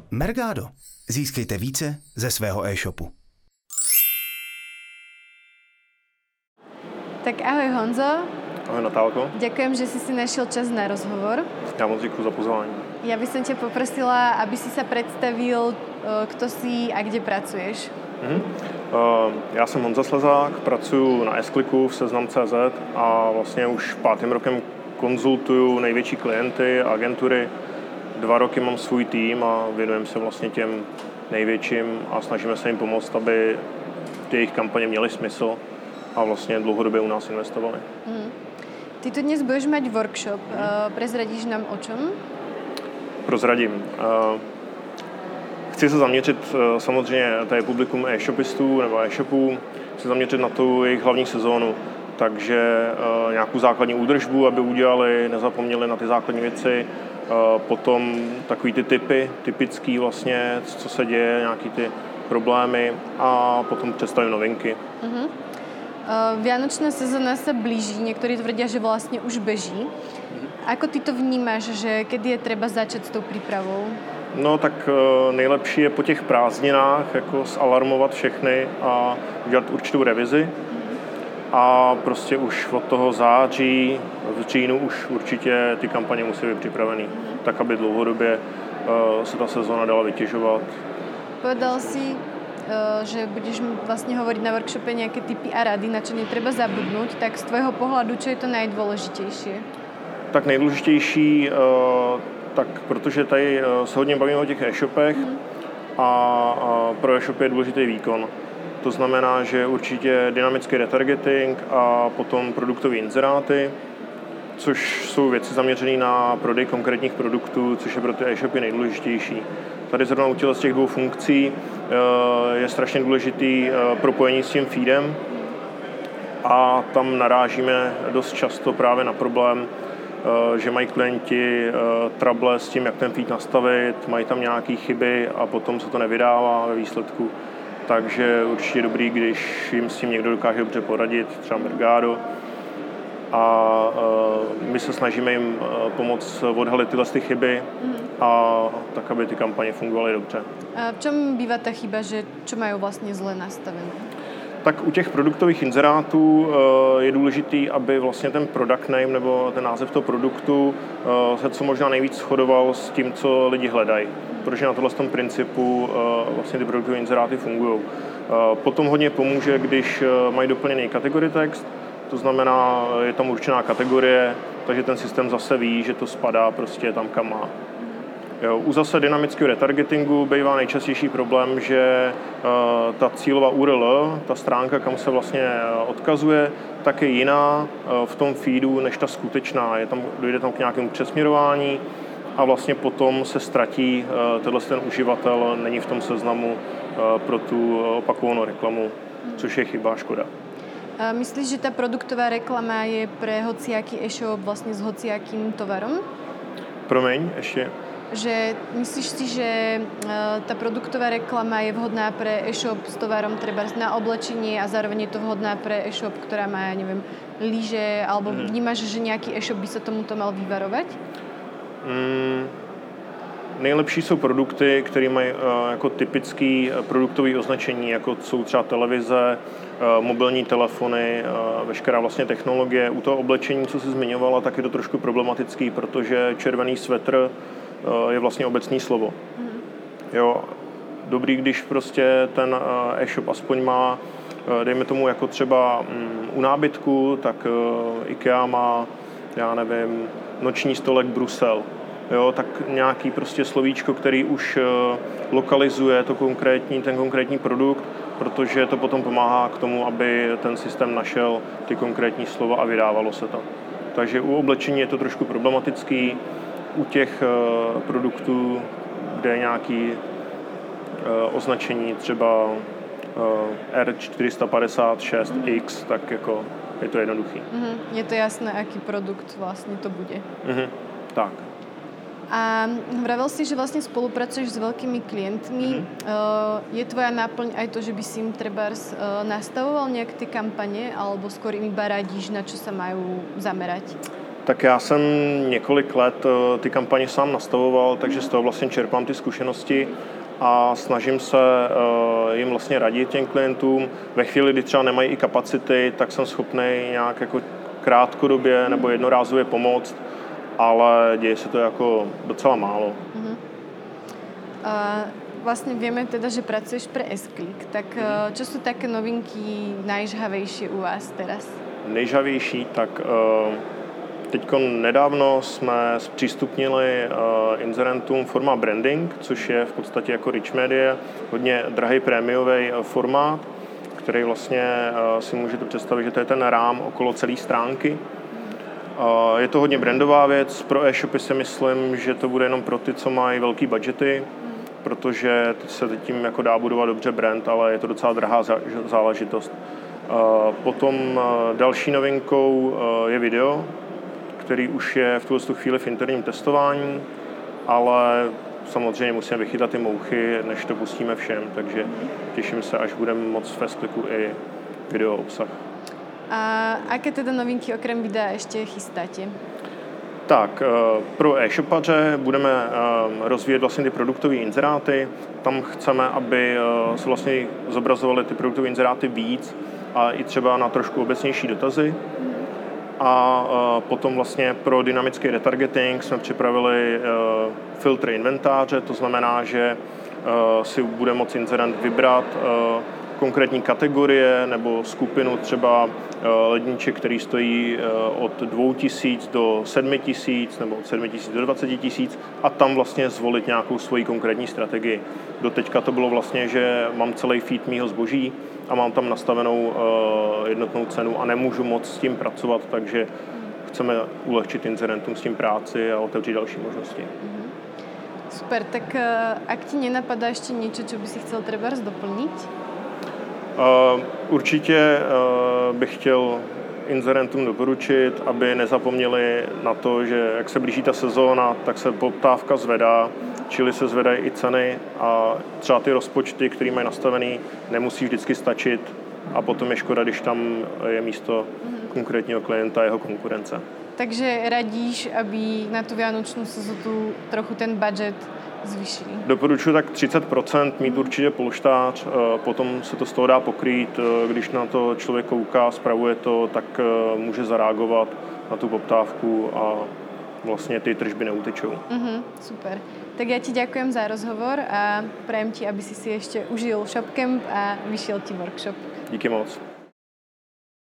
Mergado. Získejte více ze svého e-shopu. Tak ahoj Honzo. Ahoj Natálko. Ďakujem, že si našiel čas na rozhovor. Já moc děkuji za pozvání. Ja by som ťa poprosila, aby si sa predstavil, kto si a kde pracuješ. Já jsem Honza Slezák, pracuji na S-Clicku v Seznam.cz a vlastně už 5. rokem konzultuju největší klienty a agentury. 2 roky mám svůj tým a věnujeme se vlastně těm největším a snažíme se jim pomoct, aby ty jejich kampaně měly smysl a vlastně dlouhodobě u nás investovali. Ty tu dnes budeš mať workshop. Prezradíš nám o čom? Prozradím. Chci se zaměřit samozřejmě, to je publikum e-shopistů nebo e-shopů, chci zaměřit na tu jejich hlavní sezónu. Takže nějakou základní údržbu, aby udělali, nezapomněli na ty základní věci. Potom takový ty typický vlastně, co se děje, nějaký ty problémy a potom představím novinky. Vianočná sezóna sa blíži, niektorí tvrdia, že vlastne už beží. Ako ty to vnímáš, že kedy je treba začať s tou prípravou? No tak nejlepší je po těch prázdninách jako zalarmovat všechny a udělat určitou revizi. A prostě už od toho září, v říjnu už určitě ty kampaně musí být připravený, tak aby dlouhodobě se ta sezóna dala vytěžovat. Povedal si, že budeš vlastne hovoriť na workshope nejaké tipy a rady, na čo netreba zabudnúť, tak z tvojho pohľadu, čo je to najdôležitejšie? Tak nejdůležitější, tak protože tady se hodně bavíme o těch e-shopech a pro e-shopy je důležitý výkon. To znamená, že určitě dynamický retargeting a potom produktové inzeráty, což jsou věci zaměřené na prodej konkrétních produktů, což je pro ty e-shopy nejdůležitější. Tady zrovna u z těch 2 funkcí je strašně důležitý propojení s tím feedem a tam narážíme dost často právě na problém, že mají klienti trouble s tím, jak ten feed nastavit, mají tam nějaké chyby a potom se to nevydává ve výsledku. Takže určitě dobrý, když jim s tím někdo dokáže dobře poradit, třeba Mergado. A my se snažíme jim pomoct odhalit tyhle chyby a tak, aby ty kampaně fungovaly dobře. A v čom bývá ta chyba, že čo mají vlastně zle nastavené? Tak u těch produktových inzerátů je důležitý, aby vlastně ten product name nebo ten název toho produktu se co možná nejvíc shodoval s tím, co lidi hledají. Protože na tohle tom principu vlastně ty produktové inzeráty fungují. Potom hodně pomůže, když mají doplněný kategory text, to znamená, je tam určená kategorie, takže ten systém zase ví, že to spadá prostě tam, kam má. Jo, u zase dynamického retargetingu bývá nejčastější problém, že ta cílová URL, ta stránka, kam se vlastně odkazuje, tak je jiná v tom feedu než ta skutečná. Dojde tam k nějakému přesměrování a vlastně potom se ztratí ten uživatel, není v tom seznamu pro tu opakovanou reklamu, což je chyba, škoda. A myslíš, že ta produktová reklama je pre hociaký e-shop vlastně s hociakým tovarom? Promiň, ještě. Že myslíš si, že tá produktová reklama je vhodná pre e-shop s tovarom treba na oblečenie a zároveň je to vhodná pre e-shop, ktorá má, ja neviem, lyže, alebo vnímaš, že nejaký e-shop by sa tomuto mal vyvarovať? Nejlepší jsou produkty, které mají jako typický produktový označení, jako jsou třeba televize, mobilní telefony, veškerá vlastně technologie. U toho oblečení, co jsi zmiňovala, tak je to trošku problematický, protože červený svetr je vlastně obecný slovo. Jo, dobrý, když prostě ten e-shop aspoň má, dejme tomu jako třeba u nábytku, tak IKEA má, já nevím, noční stolek Brusel. Jo, tak nějaký prostě slovíčko, který už lokalizuje ten konkrétní produkt, protože to potom pomáhá k tomu, aby ten systém našel ty konkrétní slova a vydávalo se to. Takže u oblečení je to trošku problematický. U těch produktů, kde je nějaké označení třeba R456X, tak jako je to jednoduchý. Je to jasné, aký produkt vlastně to bude. Tak. A vravel si, že vlastne spolupracuješ s veľkými klientmi. Je tvoja náplň aj to, že by si im trebárs nastavoval nejak tie kampane, alebo skôr im iba radíš, na čo sa majú zamerať? Tak já jsem několik let ty kampaně sám nastavoval, takže z toho vlastně čerpám ty zkušenosti a snažím se jim vlastně radit těm klientům. Ve chvíli, kdy třeba nemají i kapacity, tak jsem schopný nějak jako krátkodobě nebo jednorázově pomoct, ale děje se to jako docela málo. Vlastne vieme teda, že pracuješ pre S-Click, tak čo sú také novinky najžhavejšie u vás teraz? Nejžavější, tak teďko nedávno jsme zpřístupnili inzerentům forma branding, což je v podstatě jako rich media, hodně drahý prémiový formát, který vlastně si můžete představit, že to je ten rám okolo celé stránky. Je to hodně brandová věc, pro e-shopy si myslím, že to bude jenom pro ty, co mají velký budgety, protože se tím jako dá budovat dobře brand, ale je to docela drahá záležitost. Potom další novinkou je video, který už je v tuto chvíli v interním testování, ale samozřejmě musíme vychytat ty mouchy, než to pustíme všem, takže těším se, až budeme moct v S-Clicku i video obsah. A aké teda novinky okrem videa ještě chystáte? Tak, pro e-shopaře budeme rozvíjet vlastně ty produktové inzeráty. Tam chceme, aby se vlastně zobrazovaly ty produktové inzeráty víc a i třeba na trošku obecnější dotazy. A potom vlastně pro dynamický retargeting jsme připravili filtry inventáře, to znamená, že si bude moci inzerent vybrat konkrétní kategorie nebo skupinu třeba ledniček, který stojí od 2000 do 7000 nebo od 7000 do 20 000 a tam vlastně zvolit nějakou svoji konkrétní strategii. Doteďka to bylo vlastně, že mám celý feed mýho zboží a mám tam nastavenou jednotnou cenu a nemůžu moc s tím pracovat, takže chceme ulehčit inzerentům s tím práci a otevřít další možnosti. Super, tak ak ti nenapadá ještě něco, co by si chcel trebárs doplnit? Určitě bych chtěl inzerentům doporučit, aby nezapomněli na to, že jak se blíží ta sezóna, tak se poptávka zvedá, čili se zvedají i ceny a třeba ty rozpočty, které mají nastavený, nemusí vždycky stačit a potom je škoda, když tam je místo konkrétního klienta jeho konkurence. Takže radíš, aby na tu vianočnú sezónu trochu ten budget zvýšili? Doporučuji tak 30% mít určitě polštář, potom se to z toho dá pokrýt, když na to člověk kouká, spravuje to, tak může zareagovat na tu poptávku a vlastně ty tržby neutečou. Super. Tak ja ti ďakujem za rozhovor a prajem ti, aby si ešte užil ShopCamp a vyšiel ti workshop. Díky moc.